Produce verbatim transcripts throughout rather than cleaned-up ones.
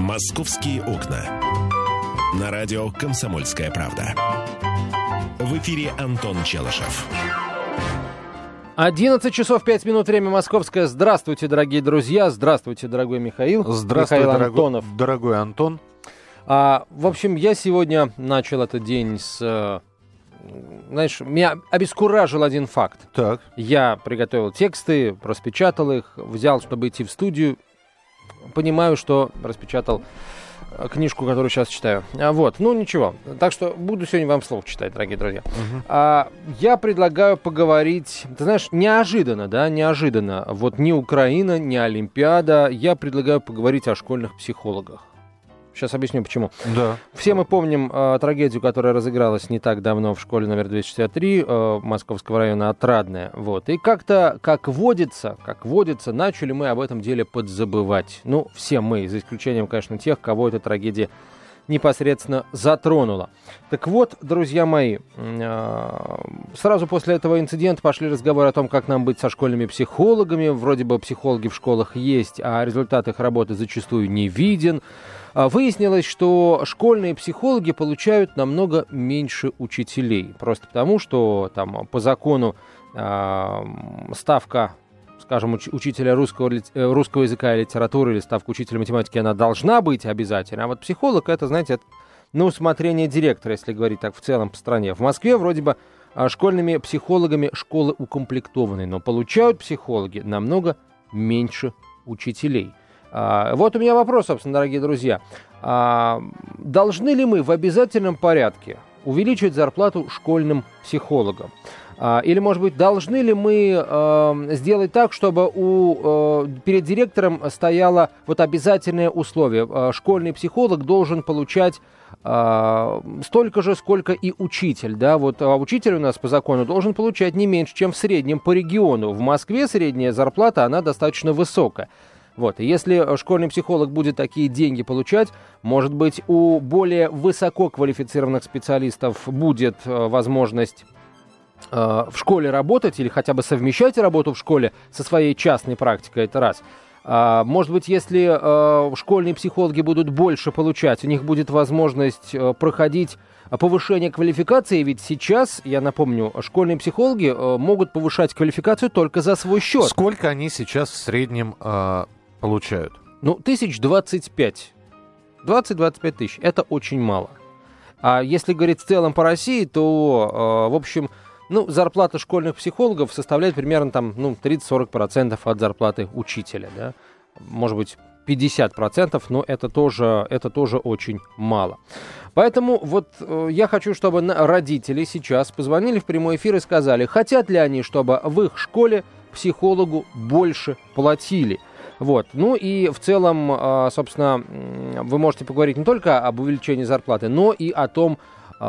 «Московские окна». На радио «Комсомольская правда». В эфире Антон Челышев. одиннадцать часов пять минут, время московское. Здравствуйте, дорогие друзья. Здравствуйте, дорогой Михаил. Здравствуй, Михаил дорогой, Антонов. дорогой Антон. А, в общем, я сегодня начал этот день с... Знаешь, меня обескуражил один факт. Так. Я приготовил тексты, распечатал их, взял, чтобы идти в студию. Понимаю, что распечатал книжку, которую сейчас читаю. А, вот, ну ничего. Так что буду сегодня вам вслух читать, дорогие друзья. Uh-huh. А, я предлагаю поговорить, ты знаешь, неожиданно, да, неожиданно. Вот ни Украина, ни Олимпиада. Я предлагаю поговорить о школьных психологах. Сейчас объясню, почему. Да. Все мы помним э, трагедию, которая разыгралась не так давно в школе номер двести шестьдесят три э, Московского района Отрадная. Вот. И как-то, как водится, как водится, начали мы об этом деле подзабывать. Ну, все мы, за исключением, конечно, тех, кого эта трагедия непосредственно затронула. Так вот, друзья мои, э, сразу после этого инцидента пошли разговоры о том, как нам быть со школьными психологами. Вроде бы психологи в школах есть, а результат их работы зачастую не виден. Выяснилось, что школьные психологи получают намного меньше учителей. Просто потому, что там по закону э, ставка, скажем, уч- учителя русского, русского языка и литературы или ставка учителя математики, она должна быть обязательно. А вот психолог, это, знаете, это на усмотрение директора, если говорить так в целом по стране. В Москве вроде бы школьными психологами школы укомплектованы, но получают психологи намного меньше учителей. А, вот у меня вопрос, собственно, дорогие друзья. А, должны ли мы в обязательном порядке увеличивать зарплату школьным психологам? А, или, может быть, должны ли мы а, сделать так, чтобы у, а, перед директором стояло вот обязательное условие? А, школьный психолог должен получать а, столько же, сколько и учитель. Да? Вот, а учитель у нас по закону должен получать не меньше, чем в среднем по региону. В Москве средняя зарплата, она достаточно высокая. Вот. И если школьный психолог будет такие деньги получать, может быть, у более высококвалифицированных специалистов будет э, возможность э, в школе работать или хотя бы совмещать работу в школе со своей частной практикой, это раз. А, может быть, если э, школьные психологи будут больше получать, у них будет возможность э, проходить повышение квалификации, ведь сейчас, я напомню, школьные психологи э, могут повышать квалификацию только за свой счет. Сколько они сейчас в среднем э, получают? Ну, тысяч двадцать пять. двадцать-двадцать пять тысяч. Это очень мало. А если говорить в целом по России, то, э, в общем, ну, зарплата школьных психологов составляет примерно там, ну, тридцать-сорок процентов от зарплаты учителя, да? Может быть, пятьдесят процентов, но это тоже, это тоже очень мало. Поэтому вот э, я хочу, чтобы родители сейчас позвонили в прямой эфир и сказали, хотят ли они, чтобы в их школе психологу больше платили. Вот. Ну и в целом, собственно, вы можете поговорить не только об увеличении зарплаты, но и о том,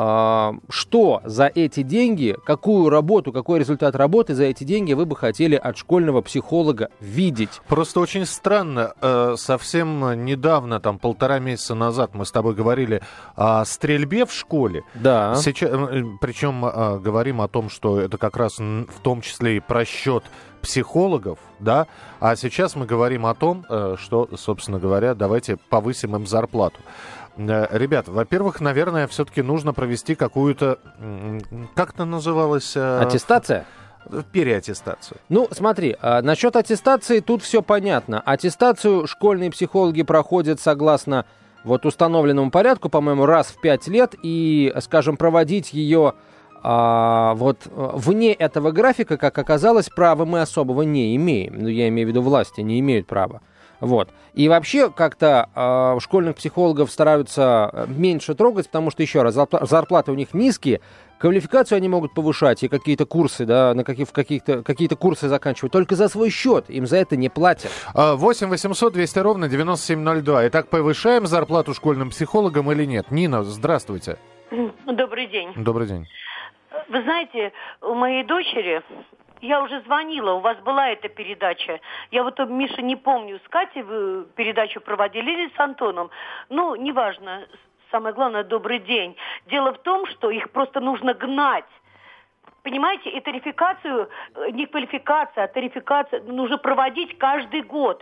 что за эти деньги, какую работу, какой результат работы за эти деньги вы бы хотели от школьного психолога видеть. Просто очень странно. Совсем недавно, там полтора месяца назад, мы с тобой говорили о стрельбе в школе. Да. Сейчас, причем говорим о том, что это как раз в том числе и просчет психологов, да, а сейчас мы говорим о том, что, собственно говоря, давайте повысим им зарплату. Ребят, во-первых, наверное, все-таки нужно провести какую-то, как это называлось? Аттестация? Переаттестацию. Ну, смотри, насчет аттестации тут все понятно. Аттестацию школьные психологи проходят согласно вот установленному порядку, по-моему, раз в пять лет, и, скажем, проводить ее А, вот вне этого графика, как оказалось, права мы особого не имеем. Ну, я имею в виду, власти не имеют права. Вот. И вообще как-то э, школьных психологов стараются меньше трогать, потому что, еще раз, зарплаты у них низкие, квалификацию они могут повышать и какие-то курсы, да, на каких, каких-то, какие-то курсы заканчивать только за свой счет, им за это не платят. восемь восемьсот двести ровно девяносто семь ноль два. Итак, повышаем зарплату школьным психологам или нет? Нина, здравствуйте. Добрый день. Добрый день. Вы знаете, у моей дочери, я уже звонила, у вас была эта передача. Я вот, Миша, не помню, с Катей вы передачу проводили или с Антоном. Ну, неважно, самое главное, добрый день. Дело в том, что их просто нужно гнать. Понимаете, и тарификацию, не квалификация, а тарификация нужно проводить каждый год.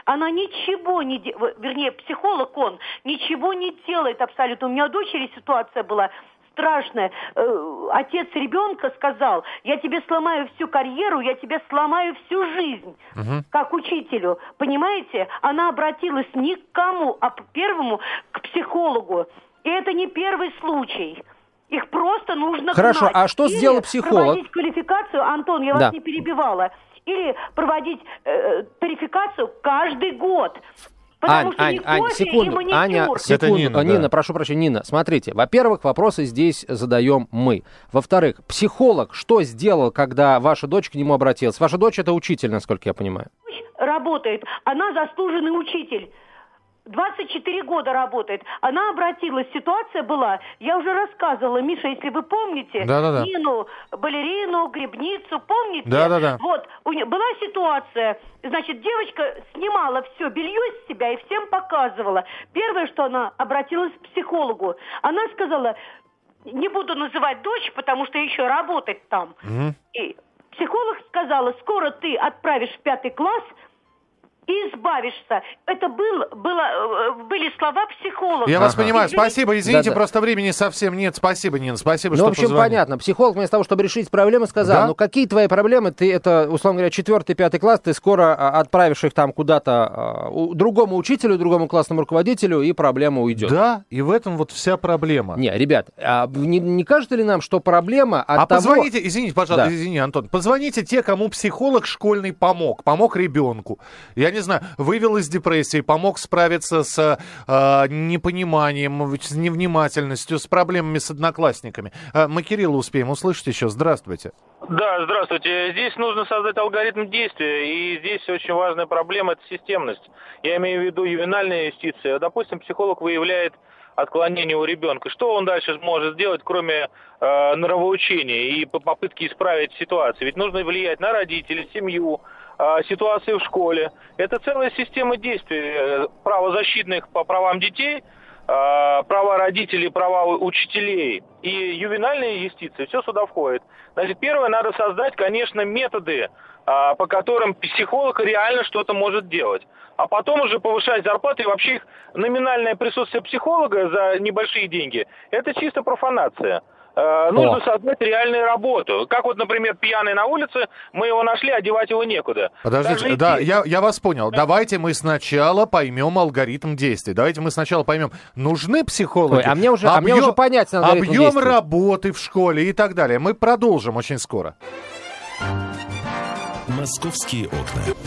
Она ничего не делает, вернее, психолог он, ничего не делает абсолютно. У меня у дочери ситуация была страшная. Э, отец ребенка сказал: я тебе сломаю всю карьеру, я тебе сломаю всю жизнь, угу. как учителю. Понимаете? Она обратилась не к кому, а к первому, к психологу. И это не первый случай. Их просто нужно Хорошо, гнать. А что Или сделал психолог? Проводить квалификацию, Антон, я да. вас не перебивала. Или проводить э, тарификацию каждый год. Потому Ань, что Ань, Ань, секунду, Аня, секунду. Это Нина, Нина, да. прошу прощения, Нина, смотрите, во-первых, вопросы здесь задаем мы. Во-вторых, психолог что сделал, когда ваша дочь к нему обратилась? Ваша дочь это учитель, насколько я понимаю. Работает, она заслуженный учитель. двадцать четыре года работает. Она обратилась, ситуация была, я уже рассказывала, Миша, если вы помните, Да-да-да. Нину, балерину, гребницу, помните? Да-да-да. Вот, у нее была ситуация, значит, девочка снимала все белье с себя и всем показывала. Первое, что она обратилась к психологу, она сказала: не буду называть дочь, потому что еще работать там. Угу. И психолог сказала: скоро ты отправишь в пятый класс, и избавишься. Это был, было, были слова психолога. Я ага. вас понимаю. Спасибо. Извините, Да-да. просто времени совсем нет. Спасибо, Нина. Спасибо, ну, что в общем, позвонили. понятно. Психолог вместо того, чтобы решить проблемы, сказал: да? ну, какие твои проблемы? Ты это, условно говоря, четвертый, пятый класс, ты скоро а, отправишь их там куда-то а, у, другому учителю, другому классному руководителю, и проблема уйдет. Да, и в этом вот вся проблема. Не, ребят, а не, не кажется ли нам, что проблема от а того... позвоните, извините, пожалуйста, да. извини, Антон, позвоните те, кому психолог школьный помог, помог ребенку. Я не знаю, вывел из депрессии, помог справиться с э, непониманием, с невнимательностью, с проблемами с одноклассниками. Э, мы Кирилла успеем услышать еще. Здравствуйте. Да, здравствуйте. Здесь нужно создать алгоритм действия, и здесь очень важная проблема – это системность. Я имею в виду ювенальная юстиция. Допустим, психолог выявляет отклонение у ребенка. Что он дальше может сделать, кроме э, нравоучения и попытки исправить ситуацию? Ведь нужно влиять на родителей, семью, э, ситуацию в школе. Это целая система действий э, правозащитных по правам детей, э, права родителей, права учителей и ювенальная юстиция. Все сюда входит. Значит, первое, надо создать, конечно, методы, э, по которым психолог реально что-то может делать. А потом уже повышать зарплаты, и вообще их номинальное присутствие психолога за небольшие деньги – это чисто профанация. Э, нужно создать реальную работу. Как вот, например, пьяный на улице, мы его нашли, одевать его некуда. Подождите, Даже да, я, я вас понял. Да. Давайте мы сначала поймем алгоритм действий. Давайте мы сначала поймем, нужны психологи, Ой, а мне уже, объем, а мне уже понятен алгоритм объем действий. работы в школе и так далее. Мы продолжим очень скоро. Московские окна.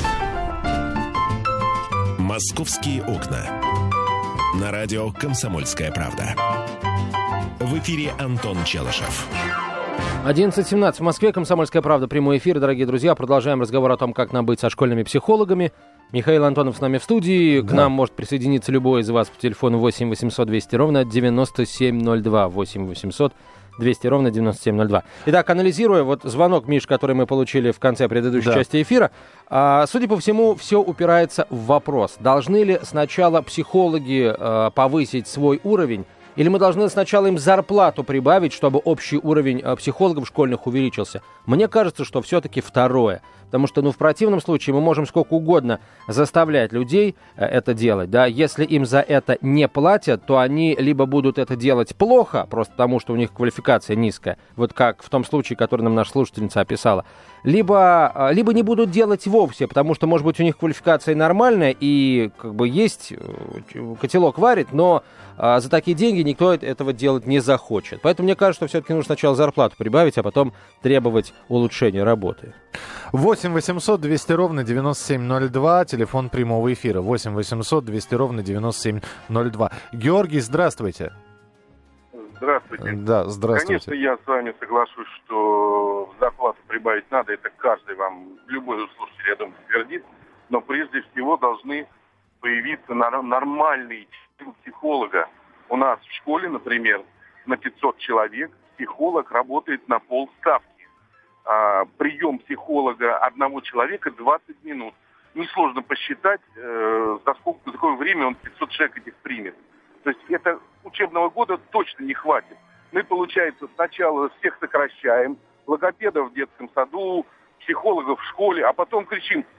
«Московские окна». На радио «Комсомольская правда». В эфире Антон Челышев. одиннадцать семнадцать в Москве. «Комсомольская правда». Прямой эфир, дорогие друзья. Продолжаем разговор о том, как нам быть со школьными психологами. Михаил Антонов с нами в студии. Да. К нам может присоединиться любой из вас по телефону восемь восемьсот двести ровно девяносто семь ноль два. восемь восемьсот двести ровно девяносто семь ноль два. Итак, анализируя вот звонок, Миш, который мы получили в конце предыдущей да. части эфира, а, судя по всему, все упирается в вопрос. Должны ли сначала психологи а, повысить свой уровень, или мы должны сначала им зарплату прибавить, чтобы общий уровень а, психологов школьных увеличился? Мне кажется, что все-таки второе. Потому что, ну, в противном случае мы можем сколько угодно заставлять людей э, это делать, да. Если им за это не платят, то они либо будут это делать плохо, просто потому что у них квалификация низкая, вот как в том случае, который нам наша слушательница описала, либо, э, либо не будут делать вовсе, потому что, может быть, у них квалификация нормальная и как бы есть, э, котелок варит, но э, за такие деньги никто этого делать не захочет. Поэтому мне кажется, что все-таки нужно сначала зарплату прибавить, а потом требовать улучшения работы. восемь восемьсот двести ровно девяносто семь ноль два, телефон прямого эфира. восемь восемьсот двести ровно девяносто семь ноль два. Георгий, здравствуйте. Здравствуйте. Да, здравствуйте. Конечно, я с вами соглашусь, что зарплату прибавить надо. Это каждый вам, любой слушатель, я думаю, твердит. Но прежде всего должны появиться нормальные психолога. У нас в школе, например, на пятьсот человек психолог работает на полставки. А, прием психолога одного человека двадцать минут. Несложно посчитать, э, за, сколько, за какое время он пятьсот человек этих примет. То есть это учебного года точно не хватит. Мы, получается, сначала всех сокращаем, логопедов в детском саду, психологов в школе, а потом кричим: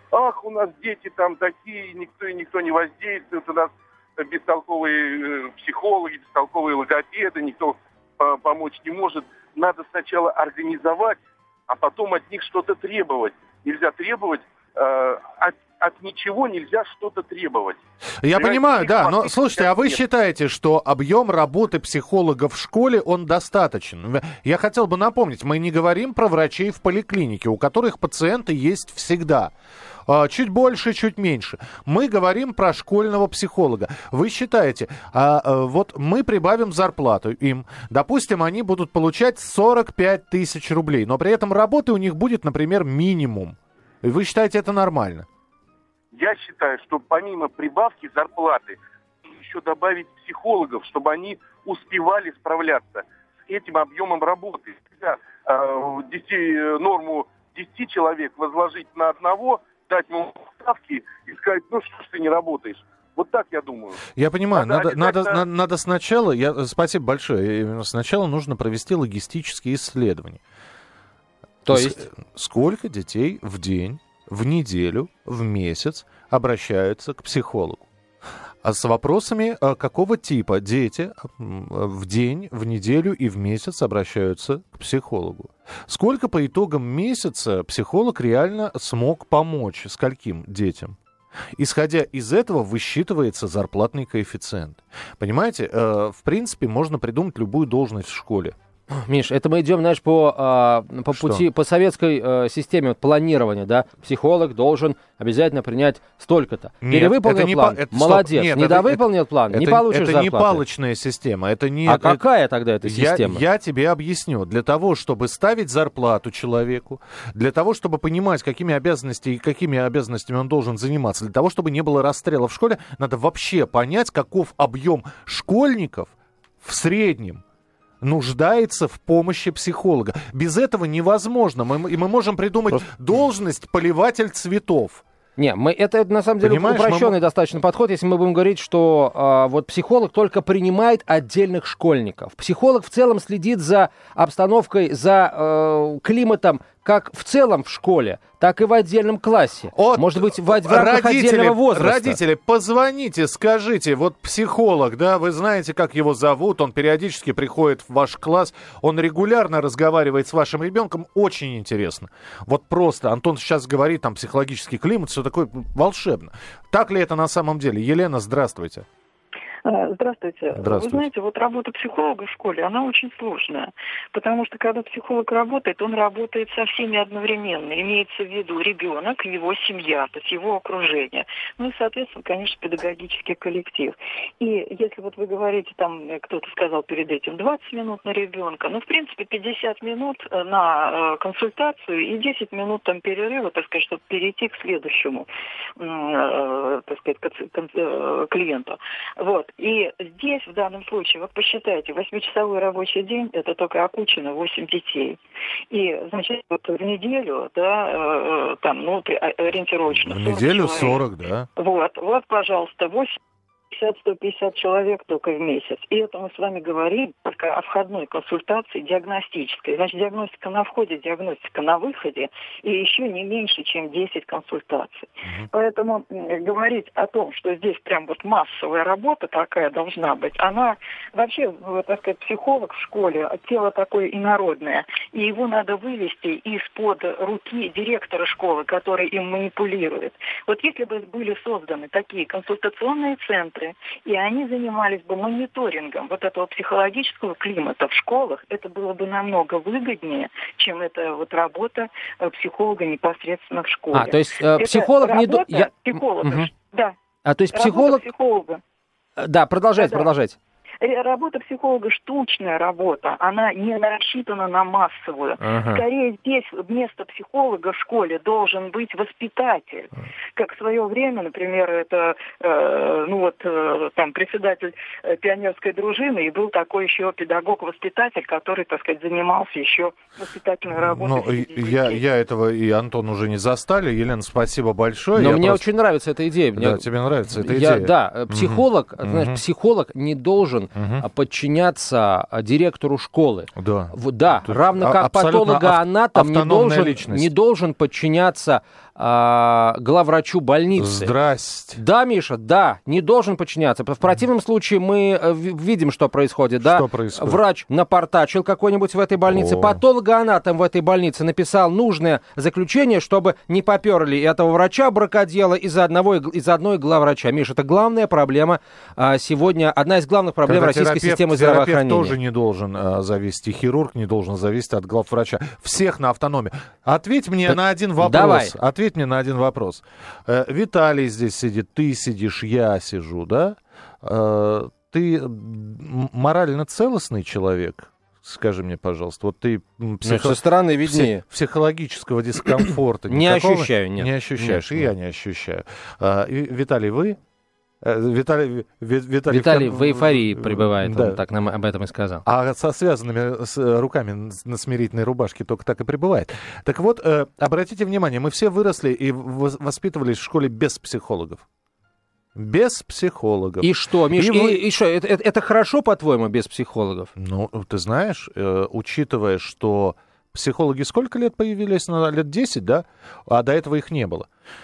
ах, у нас дети там такие, никто и никто не воздействует, у нас бестолковые психологи, бестолковые логопеды, никто помочь не может. Надо сначала организовать, а потом от них что-то требовать. Нельзя требовать, э, от, от ничего нельзя что-то требовать. Я Понимаете, понимаю, да, но фактически слушайте, а вы нет. считаете, что объем работы психолога в школе, он достаточен? Я хотел бы напомнить, мы не говорим про врачей в поликлинике, у которых пациенты есть всегда. Чуть больше, чуть меньше. Мы говорим про школьного психолога. Вы считаете, а, а, вот мы прибавим зарплату им, допустим, они будут получать сорок пять тысяч рублей, но при этом работы у них будет, например, минимум. Вы считаете это нормально? Я считаю, что помимо прибавки зарплаты еще добавить психологов, чтобы они успевали справляться с этим объемом работы. Нельзя э, десяти, норму десяти человек возложить на одного, дать ему ставки и сказать, ну что ж ты не работаешь. Вот так я думаю. Я понимаю, надо, надо, надо, обязательно... надо, надо сначала, я, спасибо большое, сначала нужно провести логистические исследования. То есть? Сколько детей в день, в неделю, в месяц обращаются к психологу? А с вопросами, какого типа дети в день, в неделю и в месяц обращаются к психологу. Сколько по итогам месяца психолог реально смог помочь скольким детям? Исходя из этого высчитывается зарплатный коэффициент. Понимаете, в принципе, можно придумать любую должность в школе. Миш, это мы идем, знаешь, по, э, по пути, по советской э, системе вот, планирования, да? Психолог должен обязательно принять столько-то. Нет, Перевыполнил не план, по... это, молодец. Нет, Недовыполнил это, план, это, не получишь это зарплаты. Это не палочная система. Это не, а это... какая тогда эта система? Я, я тебе объясню. Для того, чтобы ставить зарплату человеку, для того, чтобы понимать, какими обязанностями и какими обязанностями он должен заниматься, для того, чтобы не было расстрела в школе, надо вообще понять, каков объем школьников в среднем нуждается в помощи психолога. Без этого невозможно. Мы, и мы можем придумать Просто... должность поливатель цветов. Не, мы, это, это на самом деле Понимаешь, упрощенный мы... достаточно подход, если мы будем говорить, что а, вот психолог только принимает отдельных школьников. Психолог в целом следит за обстановкой, за э, климатом, как в целом в школе, так и в отдельном классе. От Может быть, в, в рамках родители, отдельного возраста. Родители, позвоните, скажите, вот психолог, да, вы знаете, как его зовут, он периодически приходит в ваш класс, он регулярно разговаривает с вашим ребенком, очень интересно. Вот просто, Антон сейчас говорит, там, психологический климат, все такое волшебно. Так ли это на самом деле? Елена, здравствуйте. Здравствуйте. Здравствуйте. Вы знаете, вот работа психолога в школе, она очень сложная. Потому что когда психолог работает, он работает со всеми одновременно. Имеется в виду ребенок, его семья, то есть его окружение. Ну и, соответственно, конечно, педагогический коллектив. И если вот вы говорите, там, кто-то сказал перед этим, двадцать минут на ребенка, ну, в принципе, пятьдесят минут на консультацию и десять минут там перерыва, так сказать, чтобы перейти к следующему, так сказать, клиенту. Вот. И здесь, в данном случае, вот посчитайте, восьмичасовой рабочий день, это только окучено восемь детей. И, значит, вот в неделю, да, э, там, ну, ориентировочно. В неделю человек. сорок, да. Вот, вот, пожалуйста, восемь. сто пятьдесят человек только в месяц. И это мы с вами говорим только о входной консультации диагностической. Значит, диагностика на входе, диагностика на выходе, и еще не меньше, чем десять консультаций. Mm-hmm. Поэтому м, говорить о том, что здесь прям вот массовая работа такая должна быть, она вообще, вот, так сказать, психолог в школе, тело такое инородное, и его надо вывести из-под руки директора школы, который им манипулирует. Вот если бы были созданы такие консультационные центры, и они занимались бы мониторингом вот этого психологического климата в школах, это было бы намного выгоднее, чем эта вот работа психолога непосредственно в школе. А, то есть э, психолог не... Работа Я... психолога, угу. да. А, то есть работа психолог... психолога. Да, продолжайте, Да-да. продолжайте. Работа психолога штучная работа, она не рассчитана на массовую. Ага. Скорее здесь вместо психолога в школе должен быть воспитатель. Как в свое время, например, это э, ну вот э, там председатель э, пионерской дружины, и был такой еще педагог-воспитатель, который, так сказать, занимался еще воспитательной работой. Ну, я, я этого и Антон уже не застали. Елена, спасибо большое. Но я мне просто... очень нравится эта идея. Да, мне... тебе нравится эта я, идея. Да, психолог, угу. знаешь, угу. психолог не должен угу. подчиняться директору школы. Да. Вот, да, Тут равно как патологоанатом не должен, не должен подчиняться а, главврачу больницы. Здрасте. Да, Миша, да, не должен подчиняться. В противном случае мы э, видим, что происходит. Да? Что происходит? Врач напортачил какой-нибудь в этой больнице, О. патологоанатом в этой больнице написал нужное заключение, чтобы не поперли этого врача бракодела из-за одного из-за одной главврача. Миша, это главная проблема а, сегодня, одна из главных проблем Когда российской терапевт, системы терапевт здравоохранения. тоже не должен а, зависеть, и хирург не должен зависеть от главврача. Всех на автономию. Ответь мне Так, на один вопрос. давай. Ответь мне на один вопрос. Э, Виталий здесь сидит, ты сидишь, я сижу, да? Э, ты м- морально целостный человек? Скажи мне, пожалуйста, вот ты психо... Со стороны виднее. пси- психологического дискомфорта Не никакого ощущаю, нет. Не ощущаешь, Нет, и нет. я не ощущаю. А, и, Виталий, вы? Э, Виталий, Ви- Виталий, Виталий в- в эйфории пребывает, да. он так нам об этом и сказал. А со связанными с руками на смирительной рубашке только так и пребывает. Так вот, э, обратите внимание, мы все выросли и вос- воспитывались в школе без психологов. Без психологов. И что, Миш, И и, вы- и что, это, это- это хорошо, по-твоему, без психологов? Ну, ты знаешь, э, учитывая, что психологи сколько лет появились? Ну, лет десять, да? А до этого их не было.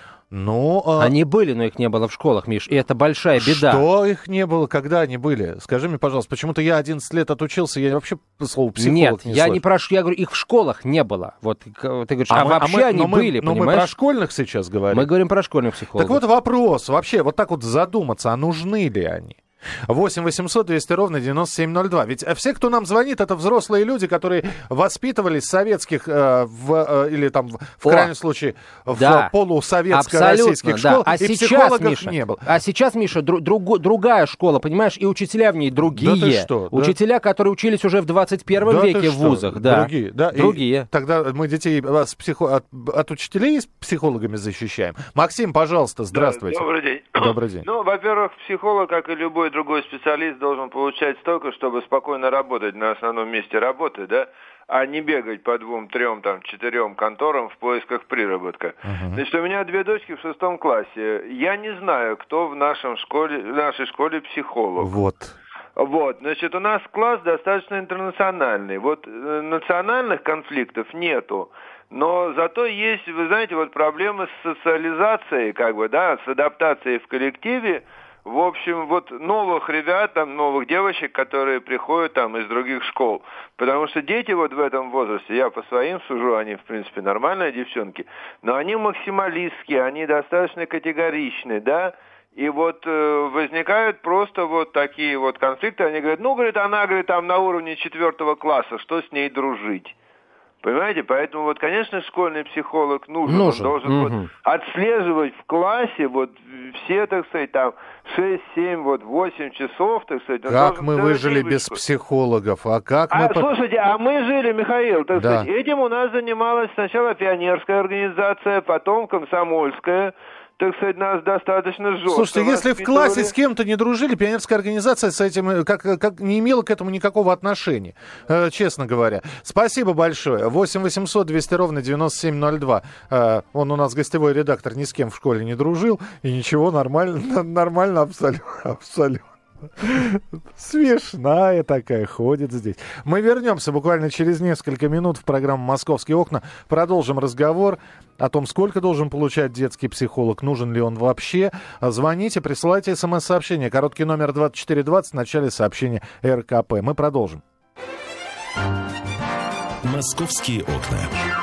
Ну, а Они были, но их не было в школах, Миш, и это большая беда. что их не было, когда они были? Скажи мне, пожалуйста, почему-то я одиннадцать лет отучился, я вообще слово психолог Нет, не я слышу. не прошу, я говорю, их в школах не было. Вот к- ты говоришь, а, мы- вообще мы- они но мы- были, но мы понимаешь? про школьных сейчас говорим. Мы говорим про школьных психологов. Так вот вопрос, вообще, вот так вот задуматься, а нужны ли они? восемь восемьсот двести ровно девяносто семь ноль два. Ведь э, все, кто нам звонит, это взрослые люди, которые воспитывались в советских, э, в, э, или там, в, в О, крайнем случае, в да. полусоветско-российских Абсолютно, школах, да. А и сейчас, психологов Миша, не было. А сейчас, Миша, дру- друго- другая школа, понимаешь, и учителя в ней другие. Да ты что, да? Учителя, которые учились уже в двадцать первом Да ты веке в что? вузах. Да. Другие, да? И Другие. тогда мы детей от, психо- от, от учителей с психологами защищаем. Максим, пожалуйста, здравствуйте. Да, добрый день. Добрый день. Ну, во-первых, психолог, как и любой другой специалист, должен получать столько, чтобы спокойно работать на основном месте работы, да, а не бегать по двум, трем, там, четырем конторам в поисках приработка. Мгм. Значит, у меня две дочки в шестом классе. Я не знаю, кто в нашем школе, в нашей школе психолог. Вот. Вот, значит, у нас класс достаточно интернациональный. Вот э, национальных конфликтов нету. Но зато есть, вы знаете, вот проблемы с социализацией, как бы, да, с адаптацией в коллективе. В общем, вот новых ребят, там, новых девочек, которые приходят там из других школ. Потому что дети вот в этом возрасте, я по своим сужу, они, в принципе, нормальные девчонки, но они максималистские, они достаточно категоричны, да. И вот э, возникают просто вот такие вот конфликты. Они говорят, ну, говорит, она, говорит, там на уровне четвертого класса, что с ней дружить? Понимаете? Поэтому вот, конечно, школьный психолог нужен. Нужен. Он должен Мгм. вот отслеживать в классе вот все, так сказать, там шесть, семь, вот восемь часов, так сказать. Он Как должен мы целый выжили день без быть. психологов? А как мы... А, по- слушайте, а мы жили, Михаил, так Да. сказать, этим у нас занималась сначала пионерская организация, потом комсомольская. Так сказать, нас достаточно жестко Слушайте, если в воспитывали. классе с кем-то не дружили, пионерская организация с этим э, как, как не имела к этому никакого отношения, э, честно говоря. Спасибо большое. восемь восемьсот двести ровно девяносто семь ноль два. Э, он у нас гостевой редактор, ни с кем в школе не дружил, и ничего, нормально, нормально абсолютно. абсолютно. Смешная такая, ходит здесь. Мы вернемся буквально через несколько минут в программу «Московские окна». Продолжим разговор о том, сколько должен получать детский психолог, нужен ли он вообще. Звоните, присылайте смс-сообщение. Короткий номер двадцать четыре двадцать в начале сообщения эр ка пэ. Мы продолжим. «Московские окна».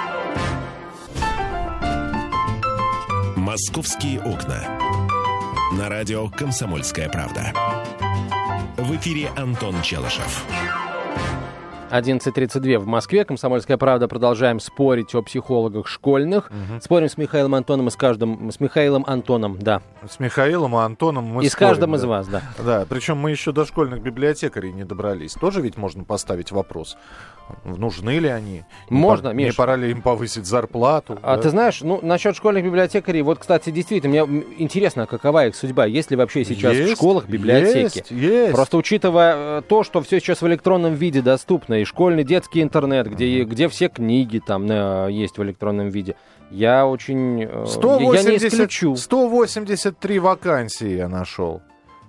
«Московские окна». На радио «Комсомольская правда». В эфире Антон Челышев. одиннадцать тридцать два в Москве. «Комсомольская правда». Продолжаем спорить о психологах школьных. Угу. Спорим с Михаилом Антоном и с каждым... С Михаилом Антоном, да. С Михаилом и Антоном мы И с спорим, каждым да. из вас, да. Да, причем мы еще до школьных библиотекарей не добрались. Тоже ведь можно поставить вопрос. Нужны ли они? Не Можно, пор- Миш. Не пора ли им повысить зарплату? А да? ты знаешь, ну, насчет школьных библиотекарей, вот, кстати, действительно, мне интересно, какова их судьба. Есть ли вообще сейчас Есть, в школах библиотеки? Есть, есть. Просто учитывая э, то, что все сейчас в электронном виде доступно, и школьный детский интернет, где, где все книги там э, есть в электронном виде, я очень... э, сто я не восемьдесят исключу. сто восемьдесят три вакансии я нашел.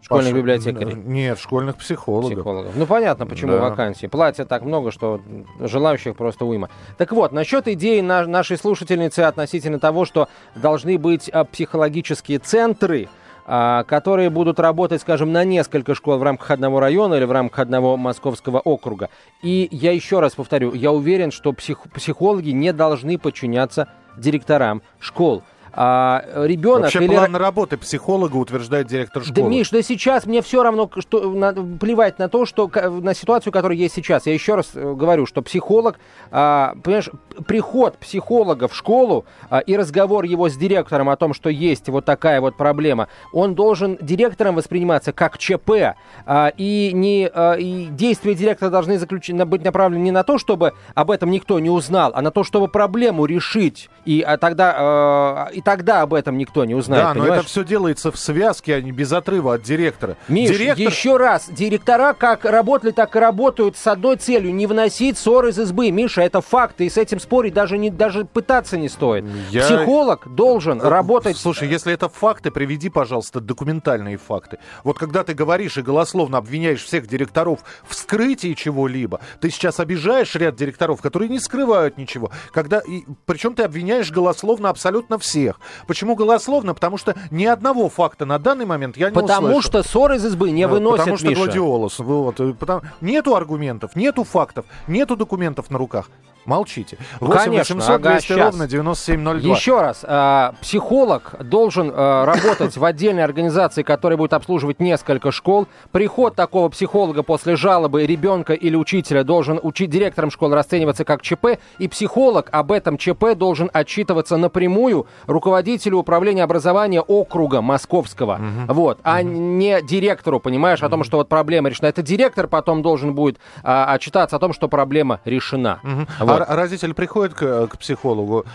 Школьных Паша, библиотекарей? Нет, школьных психологов. психологов. Ну, понятно, почему Да. вакансии. Платят так много, что желающих просто уйма. Так вот, насчет идеи на- нашей слушательницы относительно того, что должны быть а, психологические центры, а, которые будут работать, скажем, на несколько школ в рамках одного района или в рамках одного московского округа. И я еще раз повторю, я уверен, что псих- психологи не должны подчиняться директорам школ. А ребенок Вообще или... план работы психолога утверждает директор школы. Да, Миш, да сейчас мне все равно, что, на, плевать на то, что на ситуацию, которая есть сейчас. Я еще раз говорю, что психолог, а, понимаешь, приход психолога в школу а, и разговор его с директором о том, что есть вот такая вот проблема, он должен директором восприниматься как ЧП. А, и, не, а, и действия директора должны заключ... быть направлены не на то, чтобы об этом никто не узнал, а на то, чтобы проблему решить. И а, тогда... А, и тогда об этом никто не узнает. Да, но понимаешь? это все делается в связке, а не без отрыва от директора. Миш, Директор... еще раз, директора как работали, так и работают с одной целью — не выносить ссор из избы. Миша, это факты, и с этим спорить даже, не, даже пытаться не стоит. Я... Психолог должен работать... Слушай, если это факты, приведи, пожалуйста, документальные факты. Вот когда ты говоришь и голословно обвиняешь всех директоров в скрытии чего-либо, ты сейчас обижаешь ряд директоров, которые не скрывают ничего. Когда... И... Причем ты обвиняешь голословно абсолютно всех. Почему голословно? Потому что ни одного факта на данный момент я не Потому услышал. что ссор из избы не выносят, Потому что Миша. гладиолус. Вот, потому... Нету аргументов, нету фактов, нету документов на руках. Молчите. восемь восемьсот двести ровно девяносто семь ноль два. Еще раз, э, психолог должен э, работать в отдельной организации, которая будет обслуживать несколько школ. Приход такого психолога после жалобы ребенка или учителя должен учить директором школы расцениваться как ЧП, и психолог об этом ЧП должен отчитываться напрямую руководителю управления образования округа московского, угу. вот, а угу. не директору, понимаешь, угу. о том, что вот проблема решена. Это директор потом должен будет а, отчитаться о том, что проблема решена. Угу. Вот. А родитель приходит к, к психологу,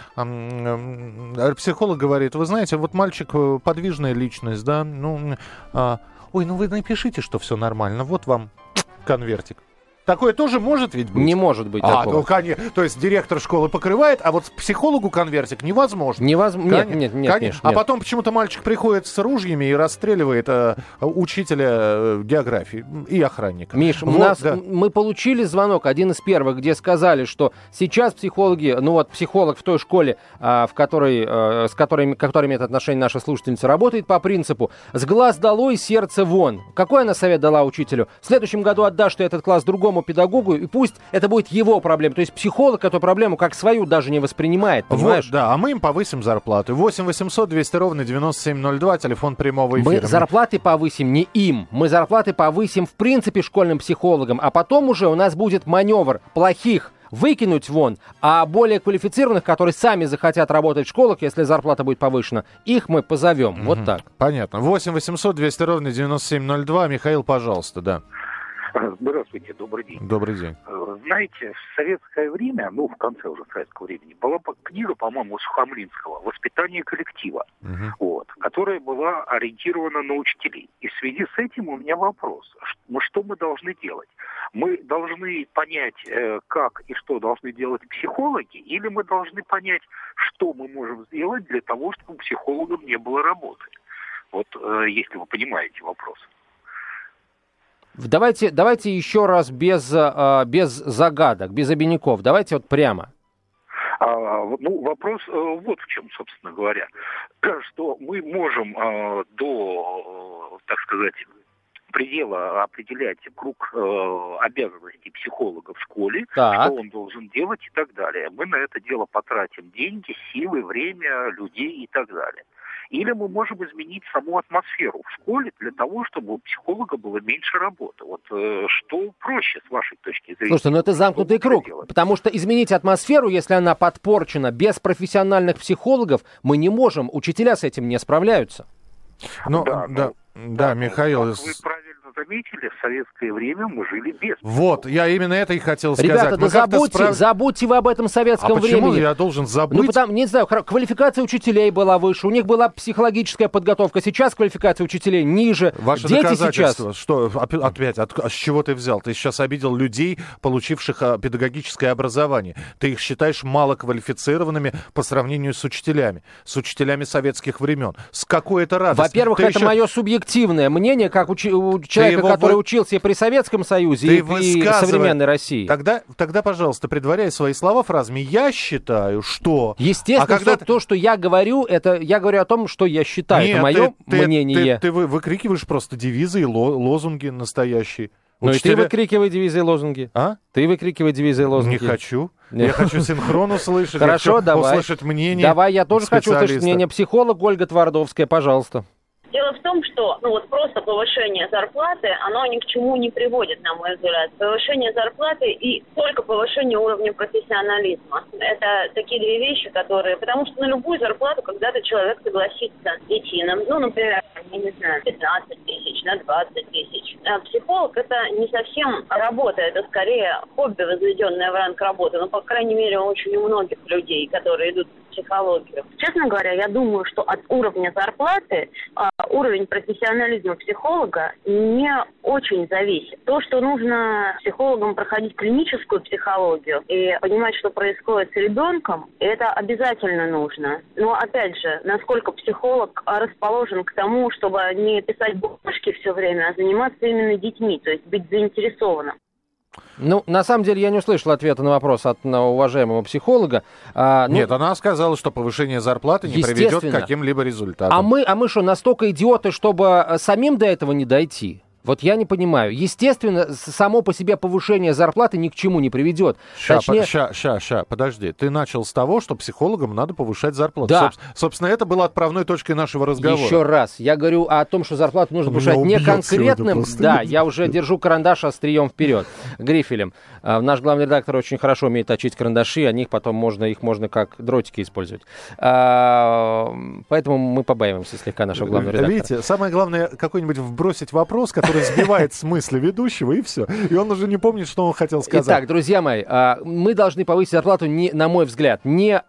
а психолог говорит: вы знаете, вот мальчик подвижная личность, да, ну, а, ой, ну вы напишите, что все нормально, вот вам конвертик. Такое тоже может ведь быть? Не может быть а, такого. Ну, конечно. То есть директор школы покрывает, а вот психологу конвертик невозможно. Невозможно. Нет, нет, нет, конечно. нет. А потом почему-то мальчик приходит с ружьями и расстреливает э, учителя э, географии и охранника. Миш, вот, у нас, да. мы получили звонок, один из первых, где сказали, что сейчас психологи, ну вот психолог в той школе, а, в которой, а, с которой, которой имеет отношение наша слушательница, работает по принципу «с глаз долой, сердце вон». Какой она совет дала учителю? В следующем году отдашь ты этот класс другому педагогу, и пусть это будет его проблема. То есть психолог эту проблему как свою даже не воспринимает, понимаешь? Вот, да, а мы им повысим зарплаты. восемь восемьсот двести ровно девяносто семь ноль два, телефон прямого эфира. Мы зарплаты повысим не им, мы зарплаты повысим в принципе школьным психологам, а потом уже у нас будет маневр плохих выкинуть вон, а более квалифицированных, которые сами захотят работать в школах, если зарплата будет повышена, их мы позовем. Mm-hmm. Вот так. Понятно. восемь восемьсот двести ровно девяносто семь ноль два. Михаил, пожалуйста, да. Здравствуйте, добрый день. Добрый день. Знаете, в советское время, ну, в конце уже советского времени, была книга, по-моему, Сухомлинского «Воспитание коллектива», uh-huh. вот, которая была ориентирована на учителей. И в связи с этим у меня вопрос. Что мы должны делать? Мы должны понять, как и что должны делать психологи, или мы должны понять, что мы можем сделать для того, чтобы психологам не было работы? Вот, если вы понимаете вопрос. Давайте, давайте еще раз без, без загадок, без обиняков. Давайте вот прямо. А, ну, вопрос вот в чем, собственно говоря. Что мы можем до, так сказать, предела определять круг обязанностей психолога в школе, так. что он должен делать и так далее. Мы на это дело потратим деньги, силы, время, людей и так далее. Или мы можем изменить саму атмосферу в школе для того, чтобы у психолога было меньше работы. Вот э, что проще, с вашей точки зрения? Слушайте, ну это замкнутый круг, потому что изменить атмосферу, если она подпорчена без профессиональных психологов, мы не можем. Учителя с этим не справляются. Ну, да, да, ну, да, Михаил... Как вы правильно заметили, руководители в советское время мы жили без. Вот, я именно это и хотел сказать. Ребята, да забудьте, справ... забудьте вы об этом советском а времени. А почему я должен забыть? Ну, потому, не знаю, квалификация учителей была выше, у них была психологическая подготовка. Сейчас квалификация учителей ниже. Ваши Дети доказательства, сейчас... что опять, от, с чего ты взял? Ты сейчас обидел людей, получивших педагогическое образование. Ты их считаешь малоквалифицированными по сравнению с учителями, с учителями советских времен. С какой это радостью? Во-первых, ты это еще... мое субъективное мнение, как уч... у человека, его... который учился и при Советском Союзе, ты и, и современной России. Тогда, тогда, пожалуйста, предваряй свои слова фразами «я считаю, что...» Естественно, а когда... что, то, что я говорю, это я говорю о том, что я считаю. Нет, это мое ты, мнение. Ты, ты, ты выкрикиваешь просто девизы и лозунги настоящие. Ну Учителя... и ты выкрикивай девизы и лозунги. А? Ты выкрикивай девизы и лозунги. Не хочу. Я хочу синхрон услышать. Хорошо, я хочу давай. услышать мнение. Давай, я тоже хочу услышать мнение. Психолог Ольга Твардовская, пожалуйста. Дело в том, что ну вот просто повышение зарплаты, оно ни к чему не приводит, на мой взгляд. Повышение зарплаты и только повышение уровня профессионализма. Это такие две вещи, которые... Потому что на любую зарплату когда-то человек согласится идти. Ну, например, я не знаю, пятнадцать тысяч, на двадцать тысяч. А психолог — это не совсем работа, это скорее хобби, возведенное в ранг работы. Ну, по крайней мере, очень у многих людей, которые идут в психологию. Честно говоря, я думаю, что от уровня зарплаты уровень профессионализма психолога не очень зависит. То, что нужно психологам проходить клиническую психологию и понимать, что происходит с ребенком, это обязательно нужно. Но, опять же, насколько психолог расположен к тому, чтобы не писать бумажки все время, а заниматься именно детьми, то есть быть заинтересованным. Ну, на самом деле, я не услышал ответа на вопрос от на уважаемого психолога. А, ну, Нет, она сказала, что повышение зарплаты не приведет к каким-либо результатам. А мы, а мы что, настолько идиоты, чтобы самим до этого не дойти? Вот я не понимаю. Естественно, само по себе повышение зарплаты ни к чему не приведет. Ща, Точнее... по, ща, ща, ща, подожди. Ты начал с того, что психологам надо повышать зарплату. Да. Соб, собственно, это было отправной точкой нашего разговора. Еще раз. Я говорю о том, что зарплату нужно повышать не конкретным. Да, я уже держу карандаш острием вперед, грифелем. А, наш главный редактор очень хорошо умеет точить карандаши, о них потом можно, их можно как дротики использовать. А, поэтому мы побаиваемся слегка нашего главного редактора. Видите, самое главное какой-нибудь вбросить вопрос, который сбивает с мысли ведущего, и все. И он уже не помнит, что он хотел сказать. Итак, друзья мои, мы должны повысить зарплату, не, на мой взгляд, не,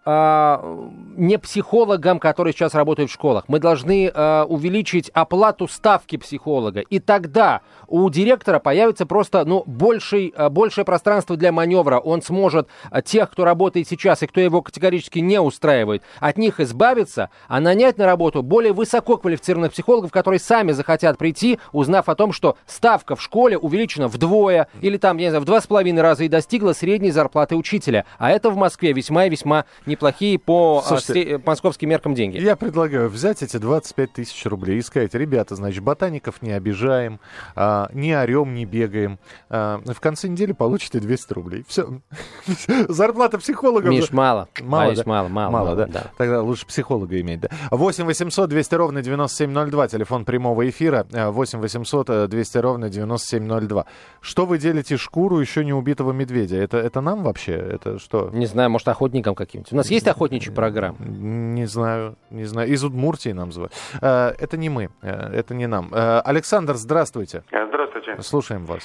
не психологам, которые сейчас работают в школах. Мы должны увеличить оплату ставки психолога. И тогда у директора появится просто ну, больший, большее пространство для маневра. Он сможет тех, кто работает сейчас и кто его категорически не устраивает, от них избавиться, а нанять на работу более высококвалифицированных психологов, которые сами захотят прийти, узнав о том, что ставка в школе увеличена вдвое или там, я не знаю, в два с половиной раза и достигла средней зарплаты учителя. А это в Москве весьма и весьма неплохие по Слушайте, а, московским меркам деньги. Я предлагаю взять эти двадцать пять тысяч рублей и сказать: ребята, значит, ботаников не обижаем, а, не орем, не бегаем. А, в конце недели получите двести рублей. Все. Зарплата психолога... Миш, мало. Мало, Боюсь, да? мало, мало, мало, мало, да? да. Тогда лучше психолога иметь, да. восемь восемьсот двести ровно девяносто семь ноль два, телефон прямого эфира. восемь восемьсот двести ровно девяносто семь ноль два. Что вы делите шкуру еще не убитого медведя? Это, это нам вообще? Это что? Не знаю, может, охотникам каким-нибудь. У нас есть охотничьи программы? Не знаю, не знаю. Из Удмуртии нам звонят. Это не мы, это не нам. Александр, здравствуйте. Здравствуйте. Слушаем вас.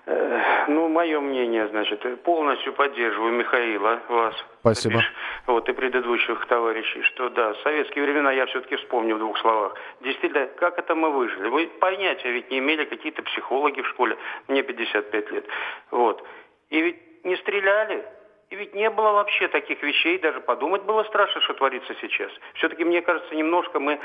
Ну, мое мнение, значит, полностью поддерживаю Михаила, вас. Спасибо. Вот, и предыдущих товарищей, что да, советские времена я все-таки вспомню в двух словах. Действительно, как это мы выжили? Вы понятия ведь не имели какие-то психологи в школе, мне пятьдесят пять лет. Вот. И ведь не стреляли. И ведь не было вообще таких вещей, даже подумать было страшно, что творится сейчас. Все-таки, мне кажется, немножко мы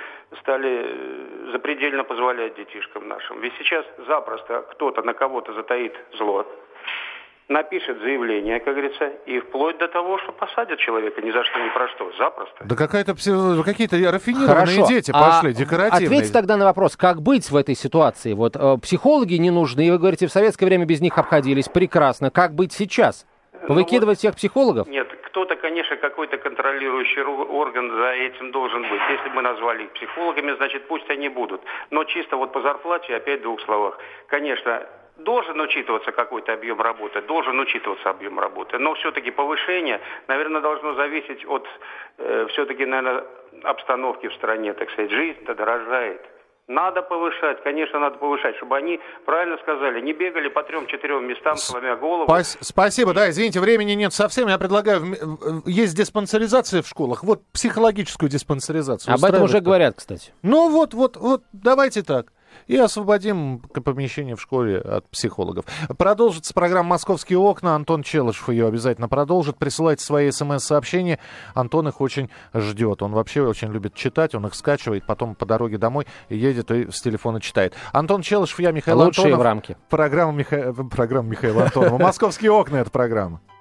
стали запредельно позволять детишкам нашим. Ведь сейчас запросто кто-то на кого-то затаит зло, напишет заявление, как говорится, и вплоть до того, что посадят человека ни за что, ни про что, запросто. Да какая-то какие-то рафинированные Хорошо. дети пошли, а декоративные. Ответьте тогда на вопрос, как быть в этой ситуации? Вот э, психологи не нужны, вы говорите, в советское время без них обходились, прекрасно. Как быть сейчас? Выкидывать ну, вот, всех психологов? Нет, кто-то, конечно, какой-то контролирующий орган за этим должен быть. Если мы назвали их психологами, значит, пусть они будут. Но чисто вот по зарплате, опять в двух словах. Конечно, должен учитываться какой-то объем работы, должен учитываться объем работы. Но все-таки повышение, наверное, должно зависеть от, э, все-таки, наверное, обстановки в стране, так сказать. Жизнь-то дорожает. Надо повышать, конечно, надо повышать, чтобы они правильно сказали, не бегали по трем-четырем местам, сломя голову. Спас- спасибо, да, извините, времени нет совсем. Я предлагаю, есть диспансеризация в школах, вот психологическую диспансеризацию. Об этом уже говорят, кстати. Ну вот, вот, вот, давайте так. И освободим помещение в школе от психологов. Продолжится программа «Московские окна». Антон Челышев ее обязательно продолжит. Присылайте свои смс-сообщения. Антон их очень ждет. Он вообще очень любит читать. Он их скачивает, потом по дороге домой едет и с телефона читает. Антон Челышев, я Михаил Лучшие Антонов. в рамке. Программа, Миха... программа Михаила Антонова. «Московские окна» — это программа.